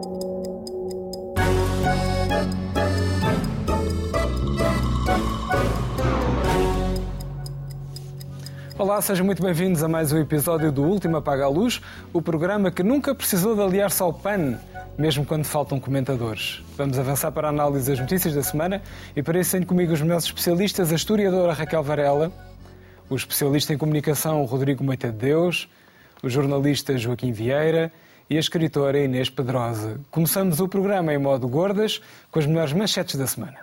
Olá, sejam muito bem-vindos a mais um episódio do Último Apaga a Luz, o programa que nunca precisou de aliar-se ao PAN, mesmo quando faltam comentadores. Vamos avançar para a análise das notícias da semana e para isso tenho comigo os melhores especialistas, a historiadora Raquel Varela, o especialista em comunicação Rodrigo Moita de Deus, o jornalista Joaquim Vieira e a escritora Inês Pedrosa. Começamos o programa em modo gordas com as melhores manchetes da semana.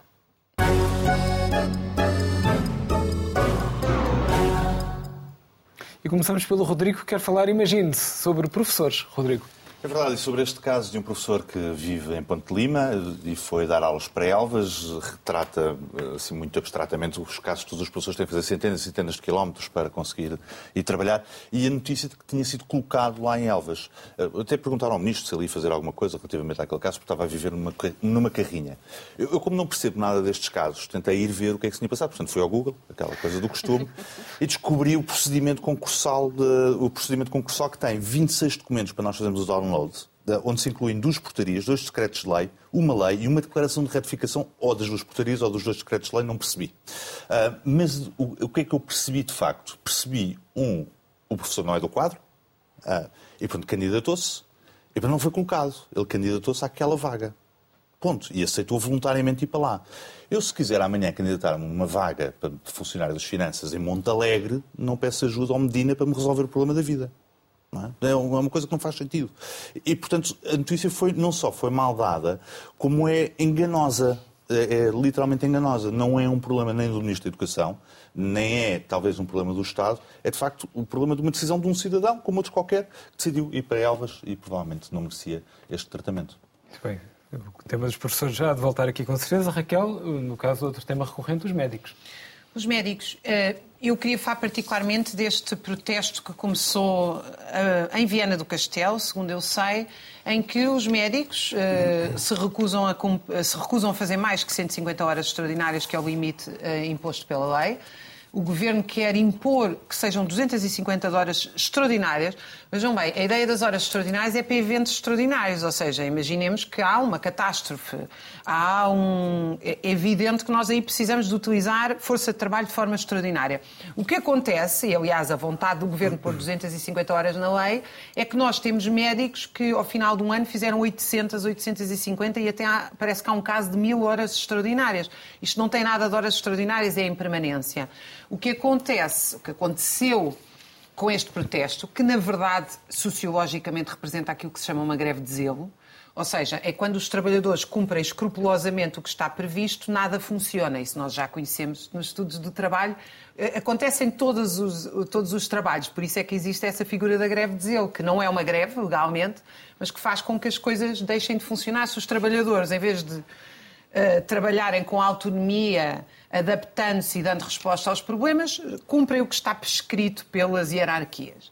E começamos pelo Rodrigo, que quer falar, imagine-se, sobre professores. Rodrigo. É verdade, e sobre este caso de um professor que vive em Ponte de Lima e foi dar aulas para Elvas, retrata, assim, muito abstratamente, os casos que todos os professores têm que fazer centenas e centenas de quilómetros para conseguir ir trabalhar, e a notícia de que tinha sido colocado lá em Elvas. Até perguntaram ao ministro se ele ia fazer alguma coisa relativamente àquele caso, porque estava a viver numa carrinha. Eu, como não percebo nada destes casos, tentei ir ver o que é que se tinha passado, portanto fui ao Google, aquela coisa do costume, e descobri o procedimento concursal que tem 26 documentos para nós fazermos o download, onde se incluem 2 portarias, 2 decretos de lei, uma lei e uma declaração de retificação ou das 2 portarias ou dos 2 decretos de lei, não percebi. Mas o que é que eu percebi de facto? Percebi, o professor não é do quadro, e portanto candidatou-se, e não foi colocado. Ele candidatou-se àquela vaga. Ponto. E aceitou voluntariamente ir para lá. Eu, se quiser amanhã candidatar-me uma vaga para funcionário das finanças em Monte Alegre, não peço ajuda ao Medina para me resolver o problema da vida. Não é? É uma coisa que não faz sentido. E, portanto, a notícia não só foi mal dada, como é enganosa. É literalmente enganosa. Não é um problema nem do Ministro da Educação, nem é, talvez, um problema do Estado. É, de facto, o problema de uma decisão de um cidadão, como outros qualquer, que decidiu ir para Elvas e, provavelmente, não merecia este tratamento. Muito bem. O tema dos professores já há de voltar aqui com certeza. Raquel, no caso, outro tema recorrente, os médicos. Os médicos. Eu queria falar particularmente deste protesto que começou em Viana do Castelo, segundo eu sei, em que os médicos se recusam a fazer mais que 150 horas extraordinárias, que é o limite imposto pela lei. O Governo quer impor que sejam 250 horas extraordinárias. Vejam bem, a ideia das horas extraordinárias é para eventos extraordinários, ou seja, imaginemos que há uma catástrofe, é evidente que nós aí precisamos de utilizar força de trabalho de forma extraordinária. O que acontece, e aliás a vontade do Governo pôr 250 horas na lei, é que nós temos médicos que ao final de um ano fizeram 800, 850 e até parece que há um caso de 1000 horas extraordinárias. Isto não tem nada de horas extraordinárias, é em permanência. O que aconteceu com este protesto, que na verdade sociologicamente representa aquilo que se chama uma greve de zelo, ou seja, é quando os trabalhadores cumprem escrupulosamente o que está previsto, nada funciona. Isso nós já conhecemos nos estudos do trabalho. Acontece em todos os trabalhos, por isso é que existe essa figura da greve de zelo, que não é uma greve legalmente, mas que faz com que as coisas deixem de funcionar. Se os trabalhadores, em vez de trabalharem com autonomia, adaptando-se e dando resposta aos problemas, cumprem o que está prescrito pelas hierarquias.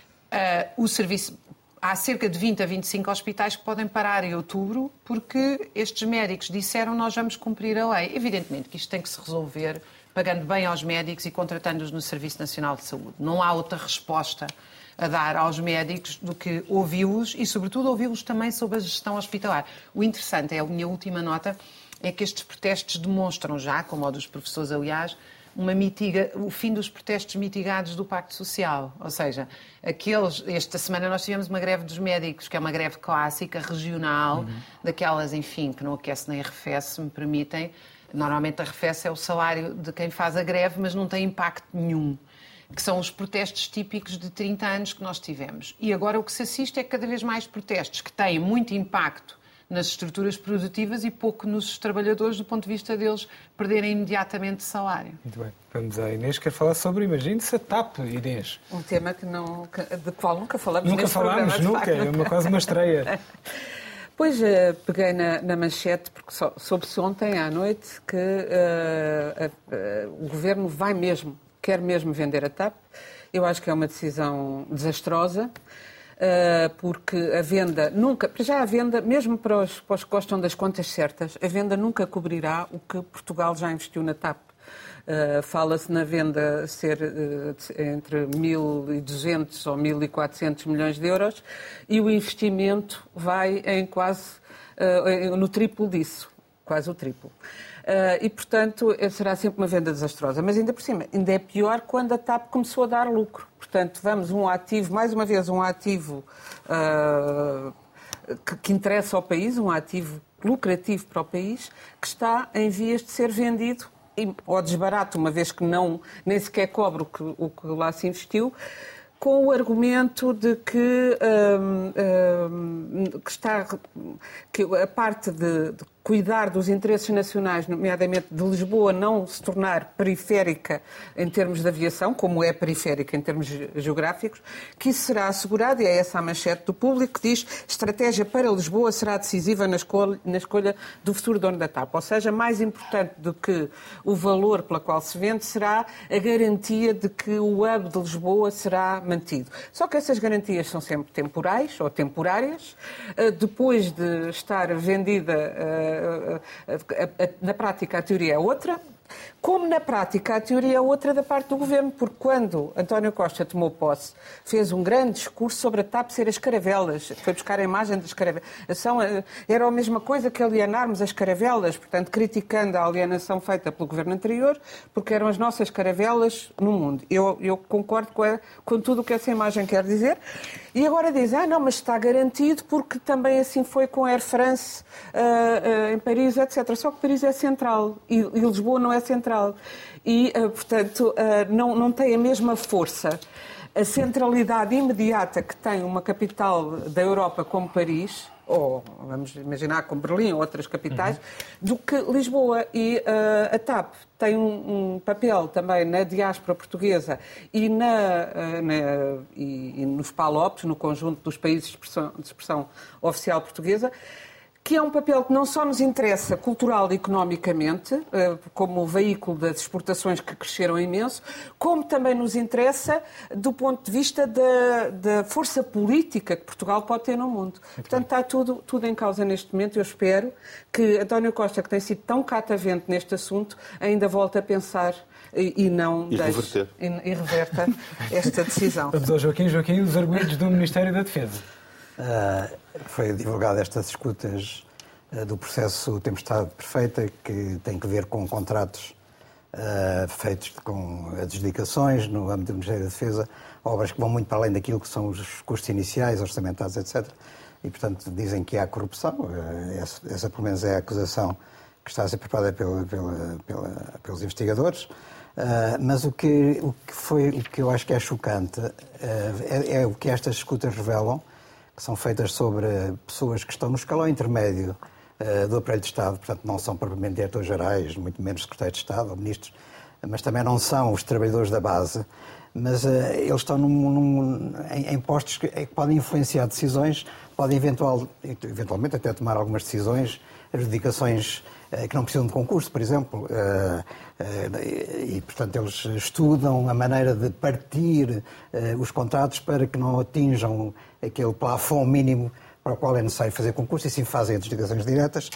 Há cerca de 20 a 25 hospitais que podem parar em outubro porque estes médicos disseram nós vamos cumprir a lei. Evidentemente que isto tem que se resolver pagando bem aos médicos e contratando-os no Serviço Nacional de Saúde. Não há outra resposta a dar aos médicos do que ouvi-los e, sobretudo, ouvi-los também sobre a gestão hospitalar. O interessante, é a minha última nota, é que estes protestos demonstram já, como o dos professores, aliás, o fim dos protestos mitigados do Pacto Social. Ou seja, esta semana nós tivemos uma greve dos médicos, que é uma greve clássica, regional, daquelas, enfim, que não aquece nem arrefece, se me permitem. Normalmente arrefece é o salário de quem faz a greve, mas não tem impacto nenhum, que são os protestos típicos de 30 anos que nós tivemos. E agora o que se assiste é cada vez mais protestos que têm muito impacto nas estruturas produtivas e pouco nos trabalhadores, do ponto de vista deles perderem imediatamente salário. Muito bem. Vamos à Inês, quer falar sobre, imagine-se, a TAP, Inês. Um tema de qual nunca falamos neste programa. Nunca falámos, nunca. É quase uma estreia. Pois, peguei na manchete, porque soube-se ontem à noite que o Governo quer mesmo vender a TAP. Eu acho que é uma decisão desastrosa, porque a venda nunca, já a venda, mesmo para os que gostam das contas certas, a venda nunca cobrirá o que Portugal já investiu na TAP. Fala-se na venda ser entre 1.200 ou 1.400 milhões de euros e o investimento vai em quase no triplo disso, quase o triplo. E, portanto, será sempre uma venda desastrosa. Mas ainda por cima, ainda é pior quando a TAP começou a dar lucro. Portanto, vamos um ativo, mais uma vez, um ativo que interessa ao país, um ativo lucrativo para o país, que está em vias de ser vendido ou desbarato, uma vez que nem sequer cobre o que lá se investiu, com o argumento de que a parte de cuidar dos interesses nacionais, nomeadamente de Lisboa, não se tornar periférica em termos de aviação, como é periférica em termos geográficos, que isso será assegurado, e é essa a manchete do Público, que diz: estratégia para Lisboa será decisiva na escolha do futuro dono da TAP. Ou seja, mais importante do que o valor pela qual se vende será a garantia de que o hub de Lisboa será mantido. Só que essas garantias são sempre temporais ou temporárias. Depois de estar vendida, na prática a teoria é outra, como na prática a teoria é outra da parte do Governo, porque quando António Costa tomou posse, fez um grande discurso sobre a TAP ser as caravelas, foi buscar a imagem das caravelas. Era a mesma coisa que alienarmos as caravelas, portanto, criticando a alienação feita pelo Governo anterior, porque eram as nossas caravelas no mundo. Eu concordo com tudo o que essa imagem quer dizer. E agora dizem, não, mas está garantido porque também assim foi com a Air France em Paris, etc. Só que Paris é central e Lisboa não é central. E, portanto, não tem a mesma força, a centralidade imediata que tem uma capital da Europa como Paris, ou vamos imaginar como Berlim ou outras capitais, do que Lisboa. E a TAP tem um papel também na diáspora portuguesa e nos PALOPs, no conjunto dos países de expressão oficial portuguesa, que é um papel que não só nos interessa cultural e economicamente, como veículo das exportações que cresceram imenso, como também nos interessa do ponto de vista da força política que Portugal pode ter no mundo. Portanto, está tudo em causa neste momento. Eu espero que António Costa, que tem sido tão catavento neste assunto, ainda volte a pensar e não deixe e reverta esta decisão. Vamos ao Joaquim. Joaquim, os argumentos do Ministério da Defesa. Foi divulgada estas escutas do processo Tempestade Perfeita, que tem que ver com contratos feitos com adjudicações no âmbito do Ministério da Defesa, obras que vão muito para além daquilo que são os custos iniciais, orçamentados, etc. E, portanto, dizem que há corrupção. Essa, pelo menos, é a acusação que está a ser preparada pelos investigadores. Mas o que eu acho que é chocante é o que estas escutas revelam, que são feitas sobre pessoas que estão no escalão intermédio do aparelho de Estado, portanto não são propriamente diretores gerais, muito menos secretários de Estado ou ministros, mas também não são os trabalhadores da base, mas eles estão em postos que podem influenciar decisões, podem eventualmente até tomar algumas decisões, adjudicações que não precisam de concurso, por exemplo, e, portanto, eles estudam a maneira de partir os contratos para que não atinjam aquele plafond mínimo para o qual é necessário fazer concurso, e sim fazem adjudicações diretas.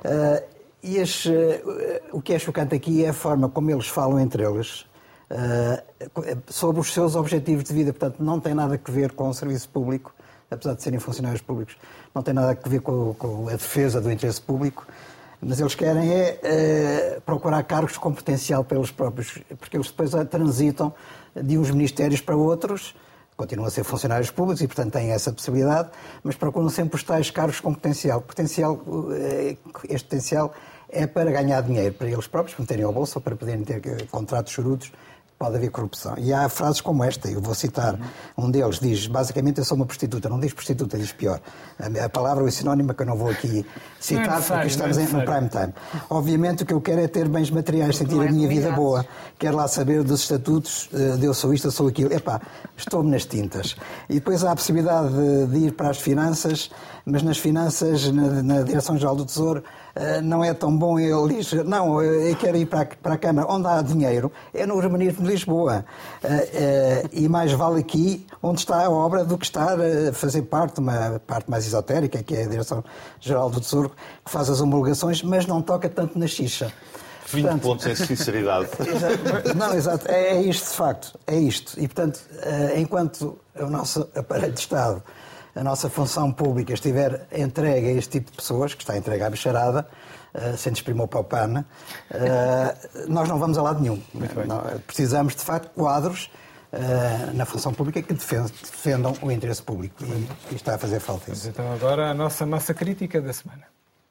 O que é chocante aqui é a forma como eles falam entre eles sobre os seus objetivos de vida. Portanto, não tem nada a ver com o serviço público, apesar de serem funcionários públicos, não tem nada a ver com a defesa do interesse público, mas eles querem procurar cargos com potencial para eles próprios, porque eles depois transitam de uns ministérios para outros, continuam a ser funcionários públicos e, portanto, têm essa possibilidade, mas procuram sempre os tais cargos com potencial. Este potencial é para ganhar dinheiro para eles próprios, para meterem ao bolso ou para poderem ter contratos chorudos. Pode haver corrupção. E há frases como esta, eu vou citar, um deles diz, basicamente, eu sou uma prostituta, não diz prostituta, diz pior. A palavra ou o sinónimo que eu não vou aqui citar, porque estamos no prime time. Obviamente o que eu quero é ter bens materiais, sentir a minha vida boa. Quero lá saber dos estatutos, de eu sou isto, eu sou aquilo. Estou-me nas tintas. E depois há a possibilidade de ir para as finanças, mas nas finanças, na Direção-Geral do Tesouro, não é tão bom. Ele diz, não, eu quero ir para a Câmara. Onde há dinheiro é no urbanismo de Lisboa. E mais vale aqui onde está a obra do que estar a fazer parte de uma parte mais esotérica, que é a Direção-Geral do Tesouro, que faz as homologações, mas não toca tanto na xixa. 20 pontos em sinceridade. Não, exato. É isto, de facto. É isto. E, portanto, enquanto o nosso aparelho de Estado, a nossa função pública estiver entregue a este tipo de pessoas, que está entregue à bicharada, sem desprimir o pau-pana, nós não vamos a lado nenhum. Precisamos, de facto, quadros na função pública que defendam o interesse público. E está a fazer falta isso. Então agora a nossa massa crítica da semana.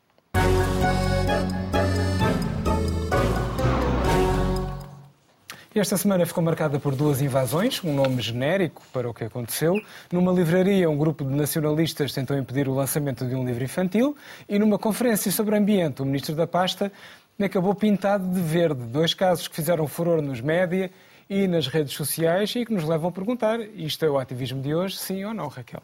Esta semana ficou marcada por 2 invasões, um nome genérico para o que aconteceu. Numa livraria, um grupo de nacionalistas tentou impedir o lançamento de um livro infantil e numa conferência sobre ambiente, o ministro da pasta acabou pintado de verde. 2 casos que fizeram furor nos média e nas redes sociais e que nos levam a perguntar, isto é o ativismo de hoje, sim ou não, Raquel?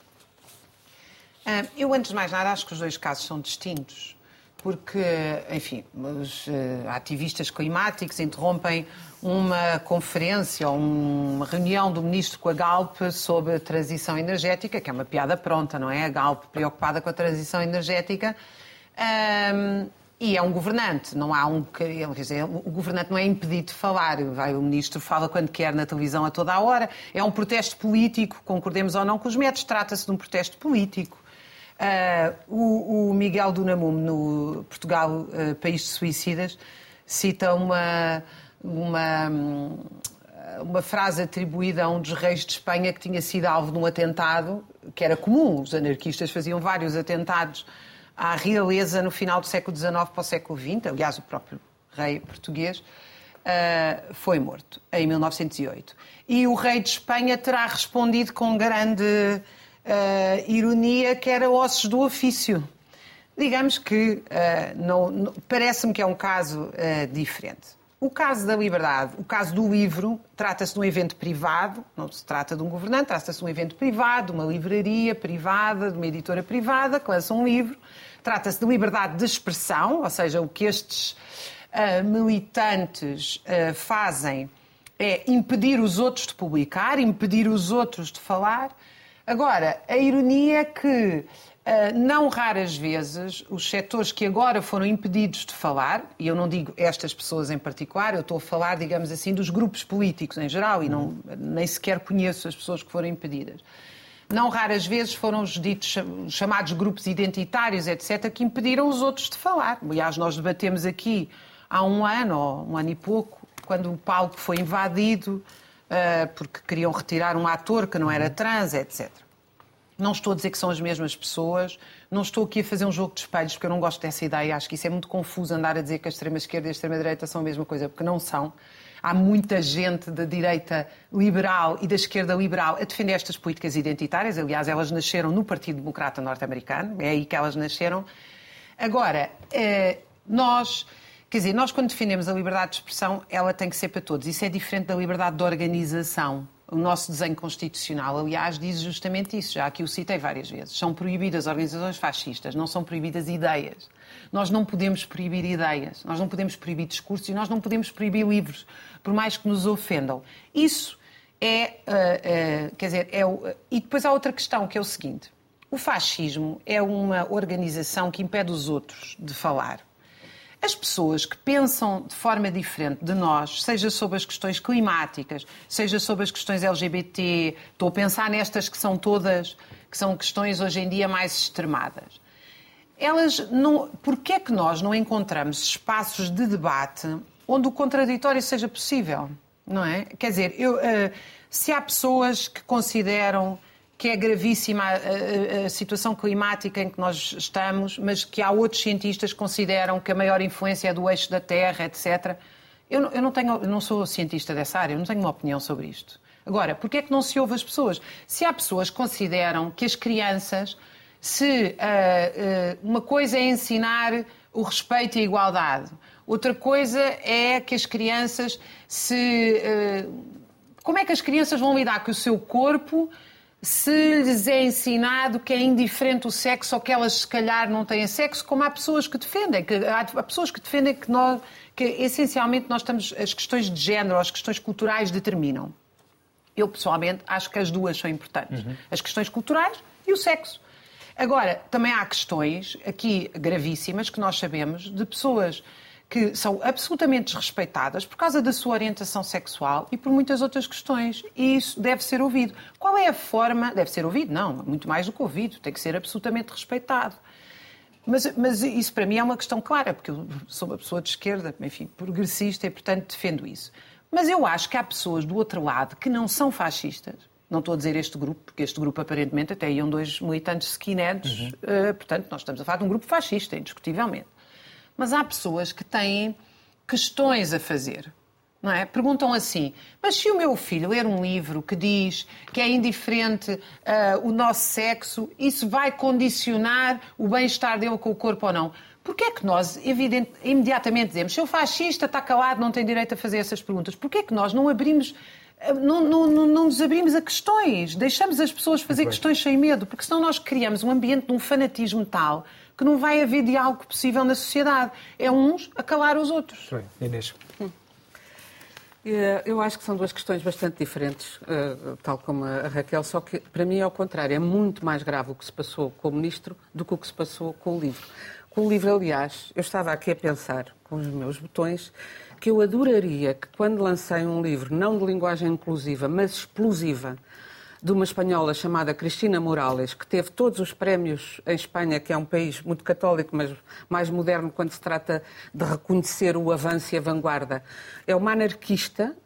Eu, antes de mais nada, acho que os 2 casos são distintos. Porque, enfim, os ativistas climáticos interrompem uma conferência ou uma reunião do ministro com a Galp sobre a transição energética, que é uma piada pronta, não é? A Galp preocupada com a transição energética. E é um governante, não há quer dizer, o governante não é impedido de falar, o ministro fala quando quer na televisão a toda a hora. É um protesto político, concordemos ou não com os métodos, trata-se de um protesto político. O Miguel do Namume, no Portugal, País de Suicidas, cita uma frase atribuída a um dos reis de Espanha que tinha sido alvo de um atentado, que era comum, os anarquistas faziam vários atentados à realeza no final do século XIX para o século XX, aliás, o próprio rei português foi morto em 1908. E o rei de Espanha terá respondido com grande ironia que era ossos do ofício. Digamos que parece-me que é um caso diferente. O caso da liberdade, o caso do livro, trata-se de um evento privado, não se trata de um governante, trata-se de um evento privado, de uma livraria privada, de uma editora privada que lança um livro. Trata-se de liberdade de expressão, ou seja, o que estes militantes fazem é impedir os outros de publicar, impedir os outros de falar. Agora, a ironia é que, não raras vezes, os setores que agora foram impedidos de falar, e eu não digo estas pessoas em particular, eu estou a falar, digamos assim, dos grupos políticos em geral, e nem sequer conheço as pessoas que foram impedidas. Não raras vezes foram os ditos chamados grupos identitários, etc., que impediram os outros de falar. Aliás, nós debatemos aqui há um ano, ou um ano e pouco, quando o palco foi invadido, porque queriam retirar um ator que não era trans, etc. Não estou a dizer que são as mesmas pessoas, não estou aqui a fazer um jogo de espelhos, porque eu não gosto dessa ideia, acho que isso é muito confuso andar a dizer que a extrema-esquerda e a extrema-direita são a mesma coisa, porque não são. Há muita gente da direita liberal e da esquerda liberal a defender estas políticas identitárias, aliás, elas nasceram no Partido Democrata Norte-Americano, é aí que elas nasceram. Agora, nós quando defendemos a liberdade de expressão, ela tem que ser para todos. Isso é diferente da liberdade de organização. O nosso desenho constitucional, aliás, diz justamente isso. Já aqui o citei várias vezes. São proibidas organizações fascistas, não são proibidas ideias. Nós não podemos proibir ideias, nós não podemos proibir discursos e nós não podemos proibir livros, por mais que nos ofendam. Isso E depois há outra questão, que é o seguinte. O fascismo é uma organização que impede os outros de falar. As pessoas que pensam de forma diferente de nós, seja sobre as questões climáticas, seja sobre as questões LGBT, estou a pensar nestas que são questões hoje em dia mais extremadas. Porquê é que nós não encontramos espaços de debate onde o contraditório seja possível? Não é? Quer dizer, se há pessoas que consideram que é gravíssima a situação climática em que nós estamos, mas que há outros cientistas que consideram que a maior influência é do eixo da Terra, etc. Eu não sou cientista dessa área, eu não tenho uma opinião sobre isto. Agora, porquê é que não se ouve as pessoas? Se há pessoas que consideram que as crianças, uma coisa é ensinar o respeito e a igualdade, outra coisa é que as crianças como é que as crianças vão lidar com o seu corpo se lhes é ensinado que é indiferente o sexo ou que elas, se calhar, não têm sexo, como há pessoas que defendem. Há pessoas que defendem que essencialmente, nós estamos... As questões de género, as questões culturais determinam. Eu, pessoalmente, acho que as duas são importantes. As questões culturais e o sexo. Agora, também há questões aqui gravíssimas que nós sabemos de pessoas que são absolutamente desrespeitadas por causa da sua orientação sexual e por muitas outras questões. E isso deve ser ouvido. Qual é a forma... Deve ser ouvido? Não, muito mais do que ouvido. Tem que ser absolutamente respeitado. Mas isso para mim é uma questão clara, porque eu sou uma pessoa de esquerda, enfim, progressista e, portanto, defendo isso. Mas eu acho que há pessoas do outro lado que não são fascistas. Não estou a dizer este grupo, porque este grupo aparentemente até iam 2 militantes skinheads. Portanto, nós estamos a falar de um grupo fascista, indiscutivelmente. Mas há pessoas que têm questões a fazer. Não é? Perguntam assim, mas se o meu filho ler um livro que diz que é indiferente o nosso sexo, isso vai condicionar o bem-estar dele com o corpo ou não? Porquê é que nós imediatamente dizemos, se o fascista está calado, não tem direito a fazer essas perguntas? Porquê é que nós não abrimos... Não nos abrimos a questões, deixamos as pessoas fazer questões sem medo, porque senão nós criamos um ambiente de um fanatismo tal que não vai haver diálogo possível na sociedade. É uns a calar os outros. Bem, Inês. Eu acho que são 2 questões bastante diferentes, tal como a Raquel, só que para mim é ao contrário, é muito mais grave o que se passou com o Ministro do que o que se passou com o livro. Com o livro, aliás, eu estava aqui a pensar com os meus botões que eu adoraria que quando lancei um livro, não de linguagem inclusiva, mas explosiva, de uma espanhola chamada Cristina Morales, que teve todos os prémios em Espanha, que é um país muito católico, mas mais moderno quando se trata de reconhecer o avanço e a vanguarda. É uma anarquista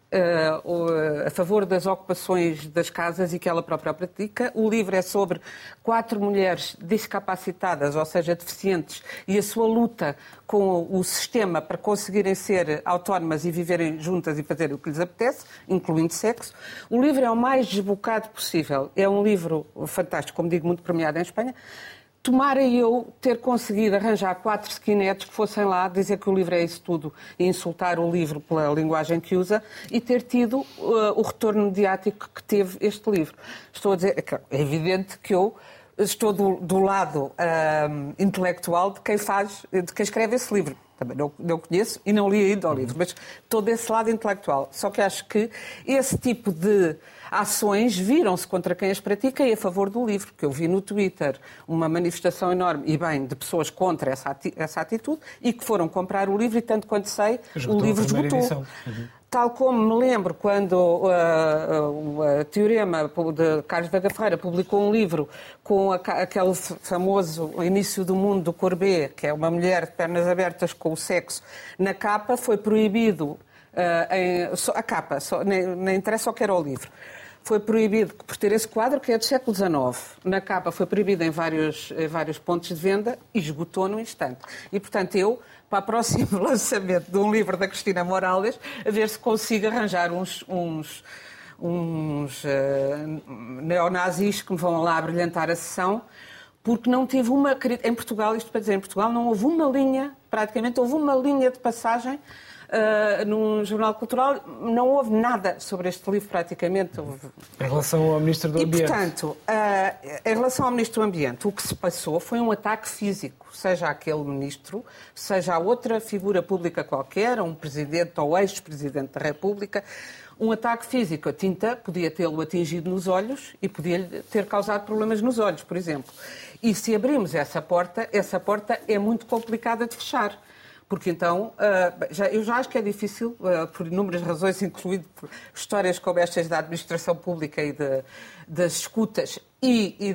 a favor das ocupações das casas e que ela própria pratica. O livro é sobre 4 mulheres discapacitadas, ou seja, deficientes, e a sua luta com o sistema para conseguirem ser autónomas e viverem juntas e fazerem o que lhes apetece, incluindo sexo. O livro é o mais desbocado possível. É um livro fantástico, como digo, muito premiado em Espanha. Tomara eu ter conseguido arranjar 4 skinheads que fossem lá dizer que o livro é isso tudo e insultar o livro pela linguagem que usa e ter tido o retorno mediático que teve este livro. Estou a dizer, é evidente que eu estou do lado intelectual de quem escreve esse livro. Também não conheço e não li ainda o livro, mas estou desse lado intelectual. Só que acho que esse tipo de ações viram-se contra quem as pratica e a favor do livro, porque eu vi no Twitter uma manifestação enorme, e bem, de pessoas contra essa atitude e que foram comprar o livro e, tanto quanto sei, o livro esgotou. Tal como me lembro quando o Teorema de Carlos Veiga Ferreira publicou um livro com aquele famoso Início do Mundo do Courbet, que é uma mulher de pernas abertas com o sexo, na capa foi proibido, a capa, nem interessa só que era o livro. Foi proibido, por ter esse quadro, que é do século XIX. Na capa foi proibido em vários pontos de venda e esgotou no instante. E, portanto, eu, para o próximo lançamento de um livro da Cristina Morales, a ver se consigo arranjar uns neonazis que me vão lá brilhantar a sessão, porque não tive uma... Em Portugal, isto para dizer, em Portugal não houve uma linha, praticamente houve uma linha de passagem num jornal cultural, não houve nada sobre este livro praticamente. Em relação ao Ministro do Ambiente. E, portanto, em relação ao Ministro do Ambiente, o que se passou foi um ataque físico, seja aquele Ministro, seja a outra figura pública qualquer, um Presidente ou ex-Presidente da República, um ataque físico. A tinta podia tê-lo atingido nos olhos e podia ter causado problemas nos olhos, por exemplo. E se abrimos essa porta é muito complicada de fechar. Porque então, eu já acho que é difícil, por inúmeras razões, incluindo histórias como estas da administração pública e das escutas e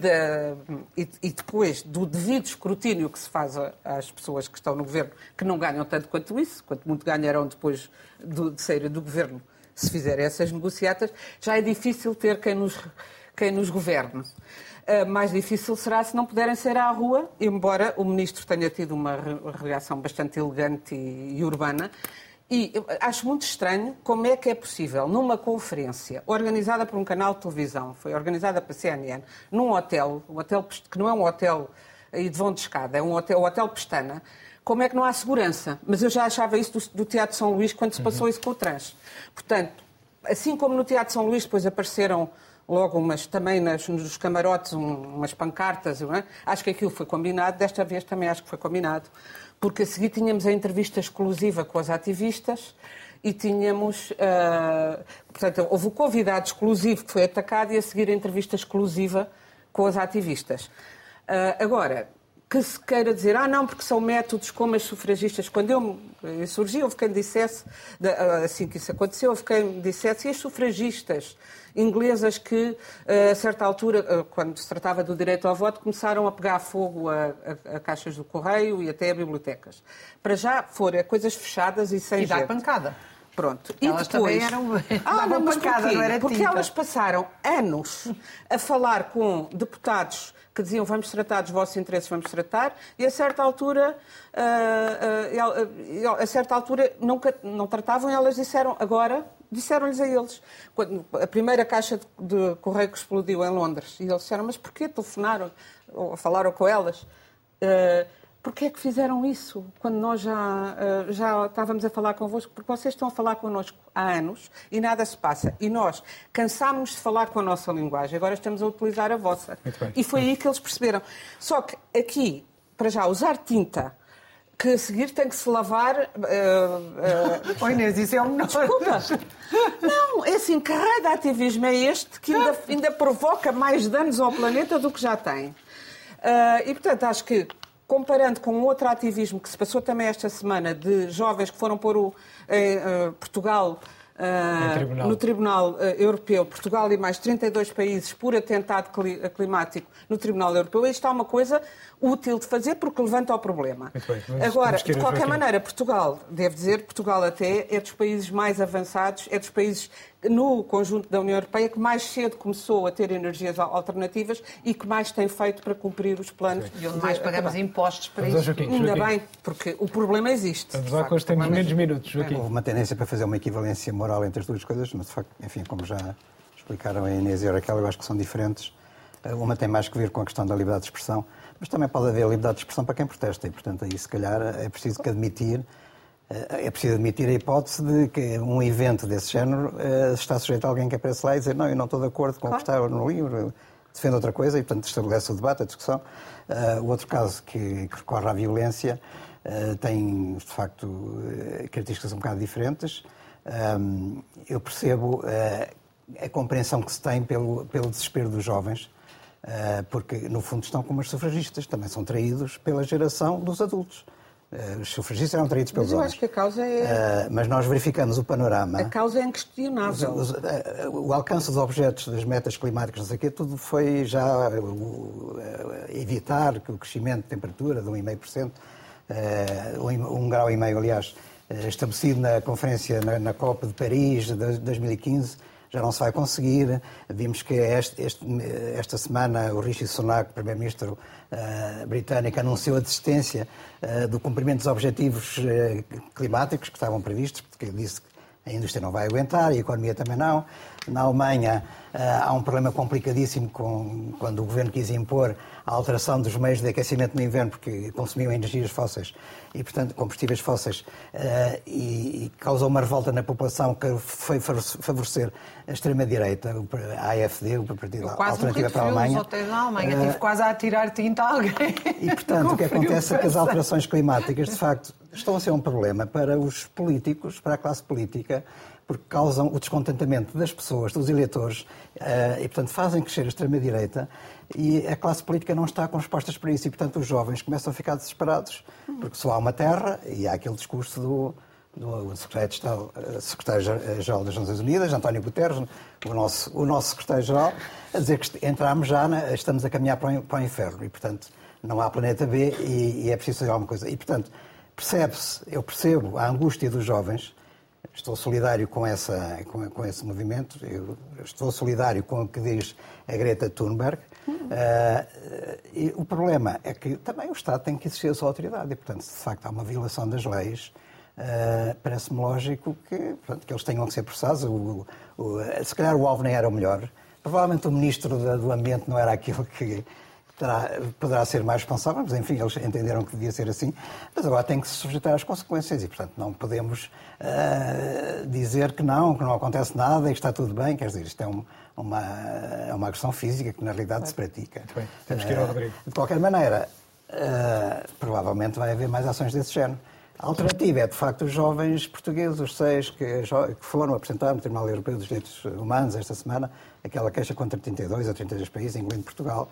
depois do devido escrutínio que se faz às pessoas que estão no governo, que não ganham tanto quanto isso, quanto muito ganharão depois de saírem do governo, se fizerem essas negociatas, já é difícil ter quem nos governe. Mais difícil será se não puderem sair à rua, embora o Ministro tenha tido uma reação bastante elegante e urbana. E acho muito estranho como é que é possível, numa conferência organizada por um canal de televisão, foi organizada pela CNN, num hotel, um hotel que não é um hotel aí de vão de escada, é um hotel, o Hotel Pestana, como é que não há segurança? Mas eu já achava isso do Teatro São Luís quando se passou isso com o trans. Portanto, assim como no Teatro São Luís depois apareceram logo também nos camarotes umas pancartas, não é? Acho que aquilo foi combinado, desta vez também acho que foi combinado, porque a seguir tínhamos a entrevista exclusiva com as ativistas e tínhamos, portanto, houve o convidado exclusivo que foi atacado e a seguir a entrevista exclusiva com as ativistas. Agora, que se queira dizer, não, porque são métodos como as sufragistas. Quando eu surgi, houve quem dissesse, assim que isso aconteceu, houve quem dissesse, e as sufragistas inglesas que, a certa altura, quando se tratava do direito ao voto, começaram a pegar fogo a caixas do correio e até a bibliotecas. Para já foram coisas fechadas e sem dar gente. pancada. Pronto. Elas e depois, também davam pancada, não era porque tinta. elas passaram anos a falar com deputados que diziam vamos tratar dos vossos interesses, vamos tratar, e a certa altura, não tratavam, e elas disseram-lhes a eles. Quando a primeira caixa de correio que explodiu em Londres, e eles disseram, mas porquê? Telefonaram, ou falaram com elas. Porquê é que fizeram isso? Quando nós já estávamos a falar convosco, porque vocês estão a falar connosco há anos e nada se passa. E nós cansámos de falar com a nossa linguagem, agora estamos a utilizar a vossa. E foi aí que eles perceberam. Só que aqui, para já, usar tinta, que a seguir tem que se lavar... Inês, isso é um menor. Desculpa. Não, é assim, que raio de ativismo é este que ainda provoca mais danos ao planeta do que já tem? E, portanto, acho que comparando com outro ativismo que se passou também esta semana de jovens que foram pôr Portugal no Tribunal Europeu, Portugal e mais 32 países por atentado climático no Tribunal Europeu, isto é uma coisa útil de fazer porque levanta o problema. Agora, de qualquer maneira, Portugal, devo dizer, Portugal até é dos países mais avançados, é dos países no conjunto da União Europeia que mais cedo começou a ter energias alternativas e que mais tem feito para cumprir os planos. E onde mais pagamos impostos para isso. Ainda bem, porque o problema existe. Vamos lá, que hoje temos menos minutos, Joaquim. Houve uma tendência para fazer uma equivalência moral entre as duas coisas, mas de facto, enfim, como já explicaram a Inês e a Raquel, eu acho que são diferentes. Uma tem mais que ver com a questão da liberdade de expressão, mas também pode haver liberdade de expressão para quem protesta e, portanto, aí se calhar é preciso admitir a hipótese de que um evento desse género está sujeito a alguém que aparece lá e dizer não, eu não estou de acordo com o que está no livro, defendo outra coisa e, portanto, estabelece o debate, a discussão. O outro caso que recorre à violência tem, de facto, características um bocado diferentes. Eu percebo a compreensão que se tem pelo desespero dos jovens, porque, no fundo, estão como os sufragistas, também são traídos pela geração dos adultos. Os sufragistas eram traídos pelos homens. Mas eu acho que a causa é... Mas nós verificamos o panorama. A causa é inquestionável. O alcance dos objetos, das metas climáticas, não sei o quê, tudo foi já evitar que o crescimento de temperatura de 1,5%, 1,5 grau, aliás, estabelecido na conferência, na COP de Paris de 2015, já não se vai conseguir. Vimos que esta semana o Rishi Sunak, primeiro-ministro britânico, anunciou a desistência do cumprimento dos objetivos climáticos que estavam previstos, porque disse que a indústria não vai aguentar e a economia também não. Na Alemanha há um problema complicadíssimo quando o governo quis impor a alteração dos meios de aquecimento no inverno, porque consumiam energias fósseis e, portanto, combustíveis fósseis, e causou uma revolta na população que foi favorecer a extrema-direita, a AfD, o Partido Alternativa para a Alemanha. Hotéis na Alemanha, tive quase a atirar tinta a alguém. E, portanto, o que acontece é que as alterações climáticas, de facto, estão a ser um problema para os políticos, para a classe política, porque causam o descontentamento das pessoas, dos eleitores, e, portanto, fazem crescer a extrema-direita, e a classe política não está com respostas para isso, e, portanto, os jovens começam a ficar desesperados, porque só há uma terra, e há aquele discurso do secretário-geral das Nações Unidas, António Guterres, o nosso secretário-geral, a dizer que estamos a caminhar para o inferno, e, portanto, não há planeta B, e é preciso fazer alguma coisa. E, portanto, eu percebo a angústia dos jovens. Estou solidário com esse movimento, eu estou solidário com o que diz a Greta Thunberg. E o problema é que também o Estado tem que exercer a sua autoridade e, portanto, se de facto há uma violação das leis, parece-me lógico que eles tenham que ser processados. Se calhar o alvo nem era o melhor. Provavelmente o Ministro do Ambiente não era aquele que poderá ser mais responsável, mas enfim, eles entenderam que devia ser assim, mas agora tem que se sujeitar às consequências e, portanto, não podemos dizer que não acontece nada e que está tudo bem, quer dizer, isto é uma agressão física que na realidade se pratica. Muito bem, temos que ir ao Rodrigo. De qualquer maneira, provavelmente vai haver mais ações desse género. A alternativa é, de facto, os jovens portugueses, os 6 que foram apresentar no Tribunal Europeu dos Direitos Humanos esta semana, aquela queixa contra 32 ou 33 países, incluindo Portugal,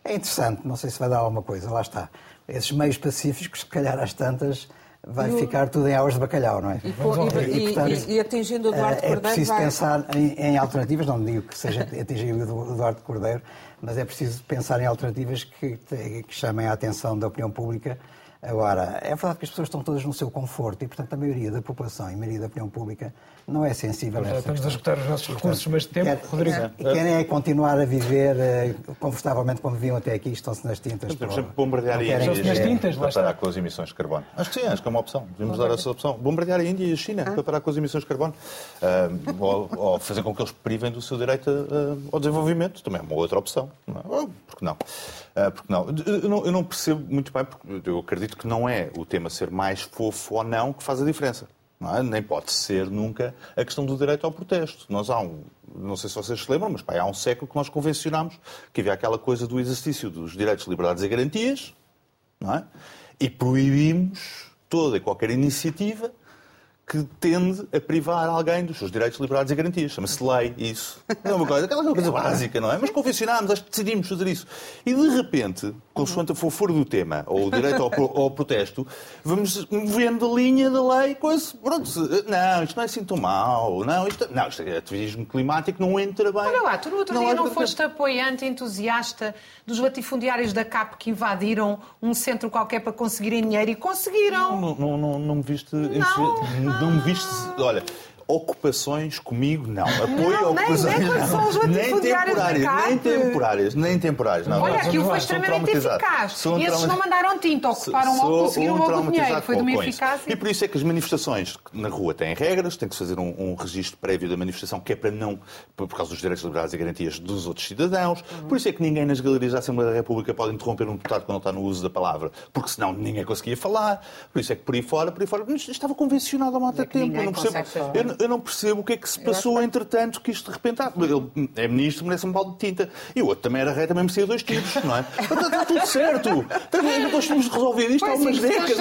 É interessante, não sei se vai dar alguma coisa, lá está. Esses meios pacíficos, se calhar às tantas, vai ficar tudo em águas de bacalhau, não é? E atingindo o Eduardo Cordeiro... É preciso pensar em alternativas, não digo que seja atingir o Eduardo Cordeiro, mas é preciso pensar em alternativas que chamem a atenção da opinião pública. Agora, é verdade que as pessoas estão todas no seu conforto e, portanto, a maioria da população e a maioria da opinião pública não é sensível a essa Estamos a questão. esgotar os nossos recursos, mas tempo, Rodrigo. Querem é continuar a viver confortavelmente como viviam até aqui, estão-se nas tintas. Temos sempre bombardear a Índia para parar com as emissões de carbono. Acho que sim, acho que é uma opção. Devemos dar essa opção. Bombardear a Índia e a China para parar com as emissões de carbono. Ou fazer com que eles privem do seu direito ao desenvolvimento. Também é uma outra opção. Não é? Por que não? Porque não? Eu não percebo muito bem, porque eu acredito que não é o tema ser mais fofo ou não que faz a diferença. Não é? Nem pode ser nunca a questão do direito ao protesto. Nós não sei se vocês se lembram, mas há um século que nós convencionámos que havia aquela coisa do exercício dos direitos, liberdades e garantias, não é? E proibimos toda e qualquer iniciativa que tende a privar alguém dos seus direitos, liberdades e garantias. Chama-se lei, isso. É uma coisa, aquela coisa básica, não é? Mas convencionámos, acho que decidimos fazer isso. E de repente, consoante a fofura do tema, ou o direito ao protesto, vamos movendo a linha da lei, coisa, pronto, não, isto não é assim tão mau, isto é ativismo climático, não entra bem. Olha lá, tu no outro dia não foste apoiante, entusiasta dos latifundiários da CAP que invadiram um centro qualquer para conseguirem dinheiro e conseguiram. Não me viste... Não me viste... Olha, ocupações comigo, não. Apoio a ocupações, nem temporárias. Não, olha, aquilo foi extremamente eficaz. E esses não mandaram tinta, ocuparam logo, conseguiram logo dinheiro. Foi de uma eficácia. E por isso é que as manifestações na rua têm regras, tem que se fazer um registro prévio da manifestação, que é para não, por causa dos direitos, liberdades e garantias dos outros cidadãos. Por isso é que ninguém nas galerias da Assembleia da República pode interromper um deputado quando ele está no uso da palavra, porque senão ninguém conseguia falar. Por isso é que por aí fora, estava convencionado há muito tempo. Eu não percebo o que é que se passou, entretanto, que isto de repente... Ele é ministro, merece um balde de tinta. E o outro também era rei, também merecia 2 tiros, não é? Está tudo certo. Nós temos de resolver isto há umas décadas.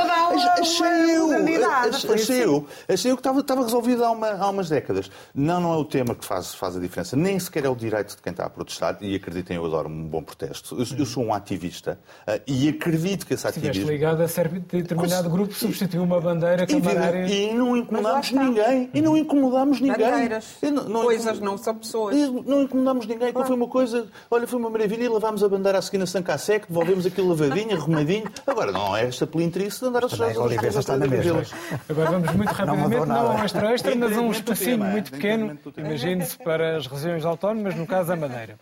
Achei eu que estava resolvido há umas décadas. Não é o tema que faz a diferença. Nem sequer é o direito de quem está a protestar. E acreditem, eu adoro um bom protesto. Eu sou um ativista e acredito que esse ativismo... Estiveste ligado a determinado grupo, substituiu uma bandeira camarária... E não incomodámos ninguém. Não incomodámos ninguém. Coisas não são pessoas. Não incomodámos ninguém. Claro. Foi uma coisa... Olha, foi uma maravilha. Levámos a bandeira a seguir na Sancasec, devolvemos aquilo lavadinho, arrumadinho. Agora, não é esta pelintrice de andar a sujar. Agora vamos muito rapidamente, não a um extra, mas um espacinho muito pequeno, imagine-se, para as regiões autónomas, no caso a Madeira.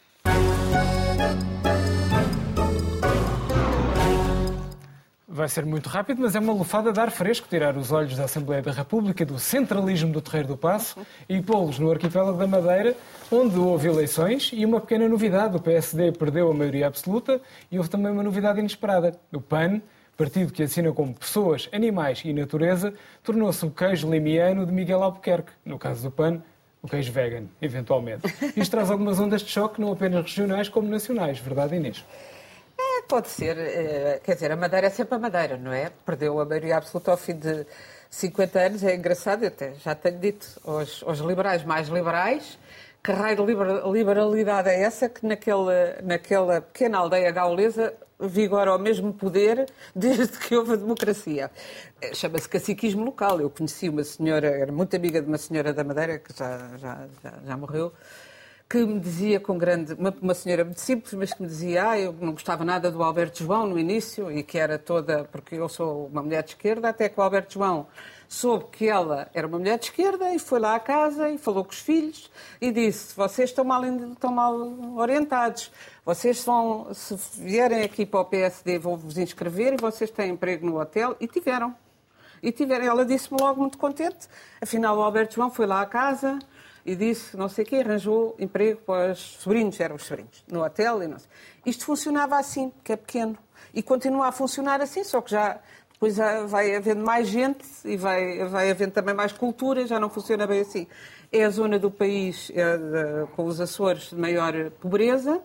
Vai ser muito rápido, mas é uma lufada de ar fresco tirar os olhos da Assembleia da República do centralismo do Terreiro do Paço e pô-los no arquipélago da Madeira, onde houve eleições e uma pequena novidade. O PSD perdeu a maioria absoluta e houve também uma novidade inesperada. O PAN, partido que assina como pessoas, animais e natureza, tornou-se o queijo limiano de Miguel Albuquerque. No caso do PAN, o queijo vegan, eventualmente. Isto traz algumas ondas de choque, não apenas regionais como nacionais. Verdade, Inês? Pode ser. Quer dizer, a Madeira é sempre a Madeira, não é? Perdeu a maioria absoluta ao fim de 50 anos. É engraçado, eu até já tenho dito aos liberais mais liberais, que raio de liberalidade é essa que naquela pequena aldeia gaulesa vigora o mesmo poder desde que houve a democracia. Chama-se caciquismo local. Eu conheci uma senhora, era muito amiga de uma senhora da Madeira, que já morreu, que me dizia com grande... Uma senhora muito simples, mas que me dizia eu não gostava nada do Alberto João no início e que era toda... Porque eu sou uma mulher de esquerda, até que o Alberto João soube que ela era uma mulher de esquerda e foi lá à casa e falou com os filhos e disse, vocês estão mal orientados, vocês vão, se vierem aqui para o PSD, vão-vos inscrever e vocês têm emprego no hotel. E tiveram. Ela disse-me logo muito contente. Afinal, o Alberto João foi lá à casa... e disse, não sei o quê, arranjou emprego para os sobrinhos, eram os sobrinhos, no hotel e não sei. Isto funcionava assim, que é pequeno. E continua a funcionar assim, só que já depois vai havendo mais gente e vai havendo também mais cultura, já não funciona bem assim. É a zona do país com os Açores de maior pobreza,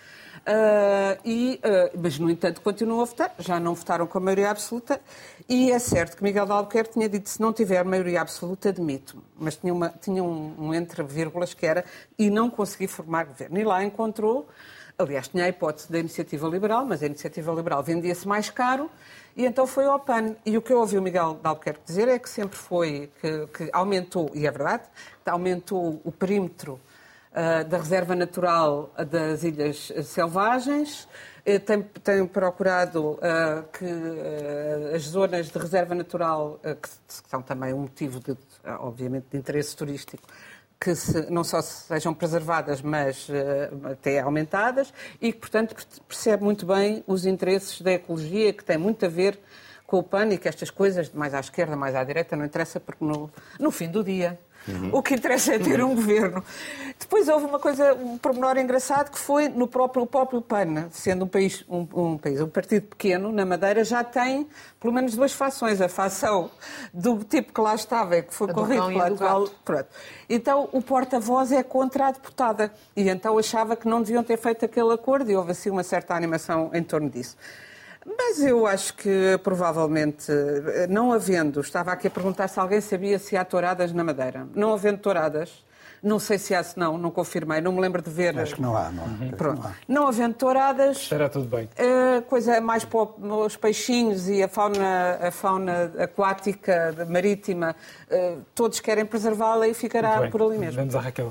mas, no entanto, continuam a votar. Já não votaram com a maioria absoluta. E é certo que Miguel de Albuquerque tinha dito se não tiver maioria absoluta, admito-me. Mas tinha um entre vírgulas que era e não consegui formar governo. E lá encontrou Aliás, tinha a hipótese da Iniciativa Liberal, mas a Iniciativa Liberal vendia-se mais caro e então foi ao PAN. E o que eu ouvi o Miguel de Albuquerque dizer é que sempre foi que aumentou, e é verdade, que aumentou o perímetro da reserva natural das Ilhas Selvagens, tem procurado que as zonas de reserva natural, que são também um motivo, obviamente, de interesse turístico, que não só sejam preservadas, mas até aumentadas, e que, portanto, percebe muito bem os interesses da ecologia, que tem muito a ver com o PAN e que estas coisas, mais à esquerda, mais à direita, não interessa, porque no fim do dia o que interessa é ter um governo. Depois houve um pormenor engraçado que foi no próprio PAN, sendo um partido pequeno, na Madeira, já tem pelo menos duas fações. A fação do tipo que lá estava, que foi corrido pela atual. Pronto. Então o porta-voz é contra a deputada. E então achava que não deviam ter feito aquele acordo e houve assim uma certa animação em torno disso. Mas eu acho que, provavelmente, não havendo... Estava aqui a perguntar se alguém sabia se há touradas na Madeira. Não havendo touradas, não sei se há, se não confirmei, não me lembro de ver... Acho que não há, Pronto. Não havendo touradas... Estará tudo bem. Coisa mais para os peixinhos e a fauna aquática, marítima, todos querem preservá-la e ficará por ali mesmo. Vamos à Raquel.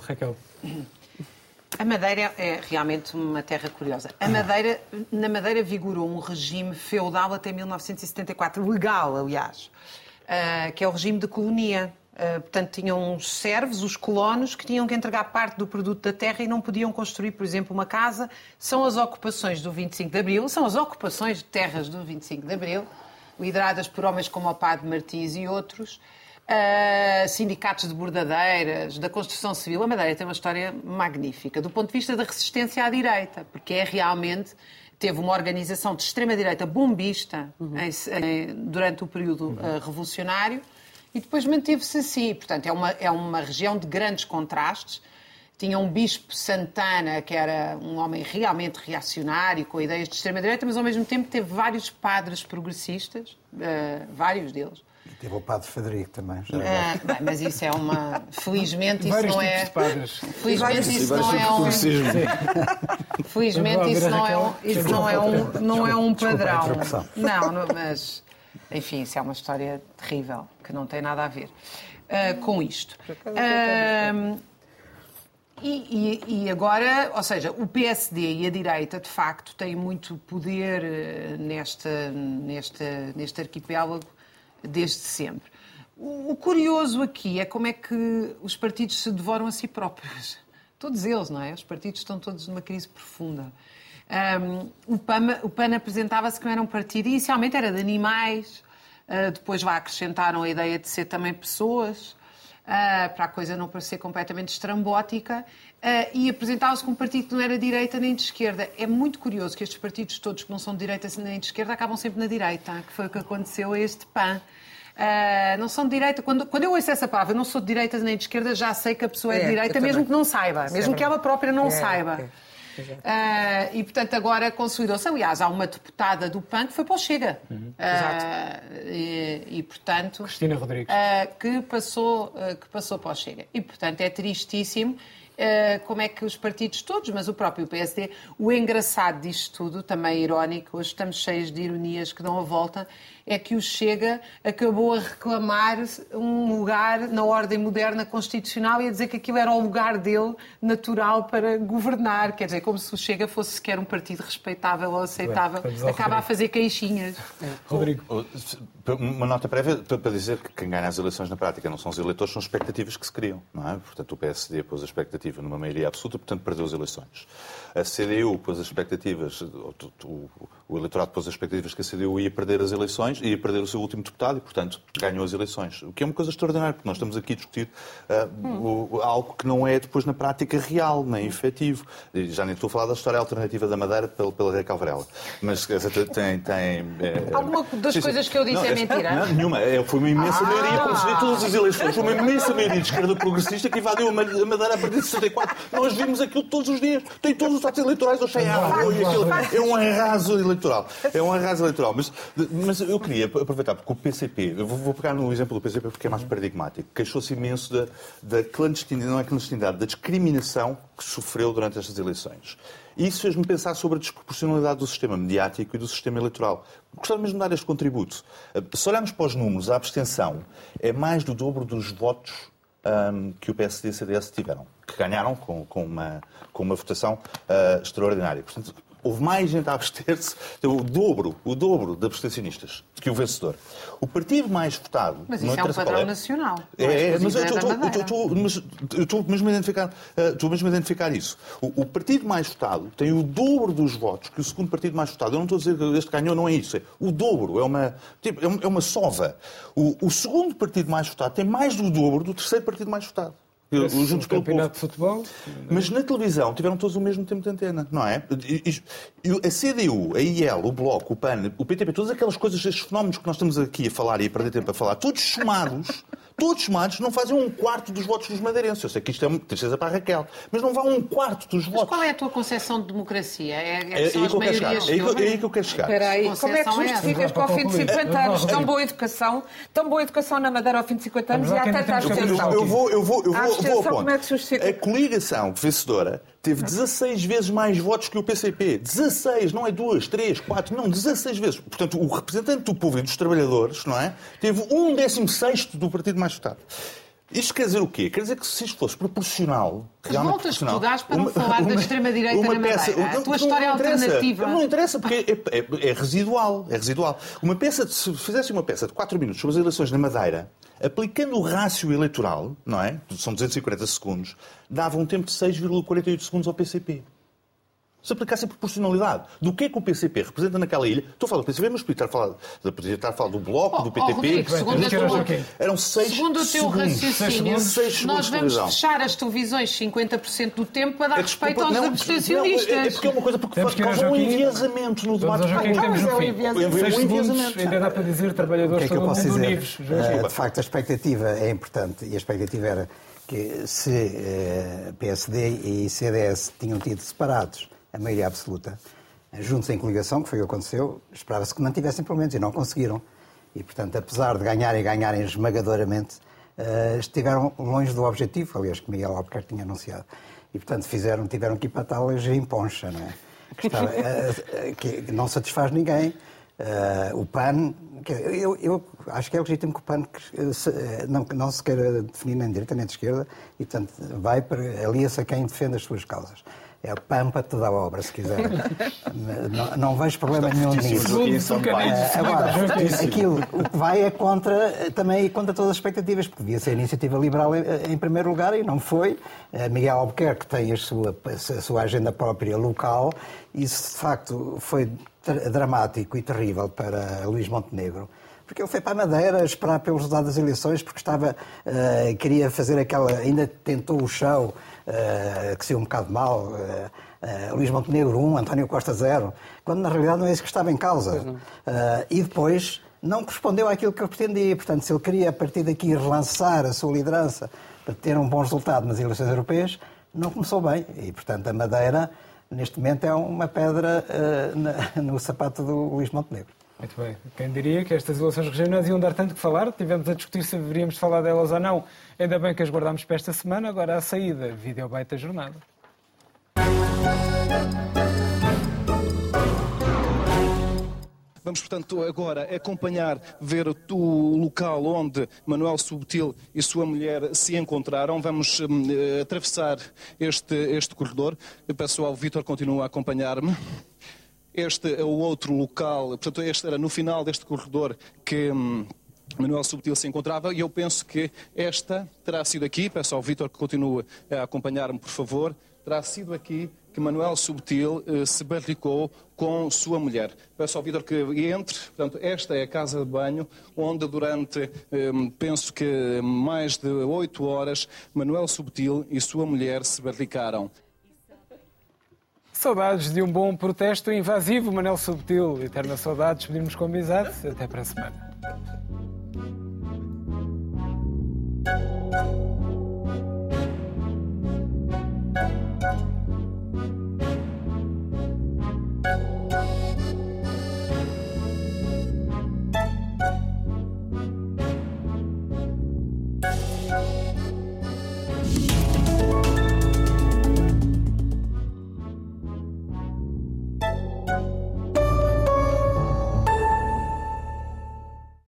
A Madeira é realmente uma terra curiosa. Na Madeira vigorou um regime feudal até 1974, legal, aliás, que é o regime de colonia. Portanto, tinham os servos, os colonos, que tinham que entregar parte do produto da terra e não podiam construir, por exemplo, uma casa. São as ocupações do 25 de Abril, são as ocupações de terras do 25 de Abril, lideradas por homens como o Padre Martins e outros, sindicatos de bordadeiras, da construção civil. A Madeira tem uma história magnífica do ponto de vista da resistência à direita, porque teve uma organização de extrema-direita bombista durante o período revolucionário e depois manteve-se assim. Portanto, é uma região de grandes contrastes. Tinha um bispo Santana, que era um homem realmente reacionário, com ideias de extrema-direita, mas ao mesmo tempo teve vários padres progressistas, vários deles. Teve o Padre Frederico também. Bem, mas isso é uma... Felizmente isso Vários não é... tipos de padres. Felizmente isso não é um... Felizmente isso não é um padrão. Não, mas... Enfim, isso é uma história terrível, que não tem nada a ver com isto. E agora, ou seja, o PSD e a direita, de facto, têm muito poder neste arquipélago desde sempre. O curioso aqui é como é que os partidos se devoram a si próprios. Todos eles, não é? Os partidos estão todos numa crise profunda. O PAN apresentava-se que não era um partido, inicialmente era de animais, depois lá acrescentaram a ideia de ser também pessoas, para a coisa não parecer completamente estrambótica, e apresentava-se como um partido que não era de direita nem de esquerda. É muito curioso que estes partidos todos que não são de direita nem de esquerda acabam sempre na direita, que foi o que aconteceu a este PAN. Não são de direita. Quando eu ouço essa palavra, eu não sou de direita nem de esquerda, já sei que a pessoa é de direita, mesmo que não saiba, mesmo que ela própria não saiba. E, portanto, agora consolidou-se. Aliás, há uma deputada do PAN que foi para o Chega. E, portanto... Cristina Rodrigues. Que passou para o Chega. E, portanto, é tristíssimo como é que os partidos todos, mas o próprio PSD, o engraçado disto tudo, também irónico, hoje estamos cheios de ironias que dão a volta, é que o Chega acabou a reclamar um lugar na ordem moderna constitucional e a dizer que aquilo era o lugar dele natural para governar. Quer dizer, como se o Chega fosse sequer um partido respeitável ou aceitável. Acaba a fazer queixinhas. Rodrigo. Uma nota prévia para dizer que quem ganha as eleições na prática não são os eleitores, são as expectativas que se criam, não é? Portanto, o PSD pôs a expectativa numa maioria absoluta, portanto, perdeu as eleições. A CDU pôs as expectativas, o eleitorado pôs as expectativas que a CDU ia perder as eleições, ia perder o seu último deputado e, portanto, ganhou as eleições. O que é uma coisa extraordinária, porque nós estamos aqui a discutir algo que não é depois na prática real, nem efetivo. E já nem estou a falar da história alternativa da Madeira pela Raquel Varela. Mas tem alguma das coisas que eu disse é mentira? Não, nenhuma. Foi uma imensa maioria, como se vê todas as eleições. Foi uma imensa maioria de esquerda progressista que invadiu a Madeira a partir de 64. Nós vimos aquilo todos os dias. Tem todos os atos eleitorais ao cheio. É um arraso eleitoral. É um arraso eleitoral. Mas eu queria aproveitar, porque o PCP, eu vou pegar no exemplo do PCP porque é mais paradigmático, queixou-se imenso da clandestinidade, não é clandestinidade, da discriminação que sofreu durante estas eleições. E isso fez-me pensar sobre a desproporcionalidade do sistema mediático e do sistema eleitoral. Gostava mesmo de dar este contributo. Se olharmos para os números, a abstenção é mais do dobro dos votos que o PSD e o CDS tiveram, que ganharam com uma votação extraordinária. Portanto, houve mais gente a abster-se, o dobro de abstencionistas que o vencedor. O partido mais votado... Mas isso é um padrão nacional. Mas eu estou mesmo a identificar isso. O partido mais votado tem o dobro dos votos que o segundo partido mais votado. Eu não estou a dizer que este ganhou, não é isso. É o dobro, é uma sova. O segundo partido mais votado tem mais do dobro do terceiro partido mais votado. O campeonato de futebol. Mas na televisão tiveram todos o mesmo tempo de antena, não é? A CDU, a IEL, o Bloco, o PAN, o PTP, todas aquelas coisas, estes fenómenos que nós estamos aqui a falar e a perder tempo a falar, todos somados não fazem 1/4 dos votos dos madeirenses. Eu sei que isto é tristeza para a Raquel, mas não vá 1/4 dos votos. Mas qual é a tua concepção de democracia? É aí que eu quero chegar. Espera aí, como é que justificas que ao fim de 50 anos tão boa educação na Madeira ao fim de 50 anos e há tanta abstenção? Eu vou ao ponto. Como é que se justifica? A coligação vencedora teve 16 vezes mais votos que o PCP. 16, não é 2, 3, 4, não, 16 vezes. Portanto, o representante do povo e dos trabalhadores, não é? Teve 1/16 do partido mais votado. Isto quer dizer o quê? Quer dizer que se isto fosse proporcional... Mas voltas tu dás para não falar da extrema-direita na Madeira. A tua história alternativa... Não interessa, porque é residual. É residual. Se fizesse uma peça de 4 minutos sobre as eleições na Madeira, aplicando o rácio eleitoral, não é? São 240 segundos, dava um tempo de 6,48 segundos ao PCP. Se aplicasse a proporcionalidade do que é que o PCP representa naquela ilha... Estou a falar do PCP, mas podia estar a falar do Bloco, do PTP... Rodrigo, eram 6 segundo o teu raciocínio, nós vamos de fechar as televisões 50% do tempo para dar respeito aos abstencionistas. É porque é uma coisa porque causa um enviesamento no debate. Ainda dá para dizer trabalhadores todo mundo unidos. De facto, a expectativa é importante e a expectativa era que se PSD e CDS tinham tido separados a maioria absoluta, juntos em coligação, que foi o que aconteceu, esperava-se que mantivessem pelo menos e não conseguiram. E, portanto, apesar de ganharem esmagadoramente, estiveram longe do objetivo, aliás, que Miguel Albuquerque tinha anunciado. E, portanto, tiveram que ir para talas em poncha, não é? Que não satisfaz ninguém. O PAN, eu acho que é legítimo que o PAN não se queira definir nem de direita nem de esquerda e, portanto, alia-se a quem defende as suas causas. É o PAN para toda a obra, se quiser. Não vejo problema nenhum nisso. Agora, aquilo o que vai é também contra todas as expectativas, porque devia ser a iniciativa liberal em primeiro lugar e não foi. Miguel Albuquerque tem a sua agenda própria local e isso, de facto, foi dramático e terrível para Luís Montenegro. Porque ele foi para a Madeira esperar pelos resultados das eleições, porque queria fazer ainda tentou o show, que saiu um bocado mal, Luís Montenegro 1, António Costa 0, quando na realidade não é isso que estava em causa. E depois não correspondeu àquilo que ele pretendia. Portanto, se ele queria a partir daqui relançar a sua liderança para ter um bom resultado nas eleições europeias, não começou bem. E, portanto, a Madeira, neste momento, é uma pedra no sapato do Luís Montenegro. Muito bem. Quem diria que estas eleições regionais iam dar tanto que falar? Tivemos a discutir se deveríamos falar delas ou não. Ainda bem que as guardámos para esta semana. Agora, à saída, videobite da jornada. Vamos, portanto, agora acompanhar, ver o local onde Manuel Subtil e sua mulher se encontraram. Vamos atravessar este corredor. Eu peço ao Vítor continuar a acompanhar-me. Este é o outro local, portanto, este era no final deste corredor que Manuel Subtil se encontrava e eu penso que esta terá sido aqui, peço ao Vítor que continue a acompanhar-me, por favor, terá sido aqui que Manuel Subtil se barricou com sua mulher. Peço ao Vítor que entre, portanto, esta é a casa de banho, onde durante, penso que mais de 8 horas, Manuel Subtil e sua mulher se barricaram. Saudades de um bom protesto invasivo, Manuel Subtil. Eterna saudade, despedimos com amizade. Até para a semana.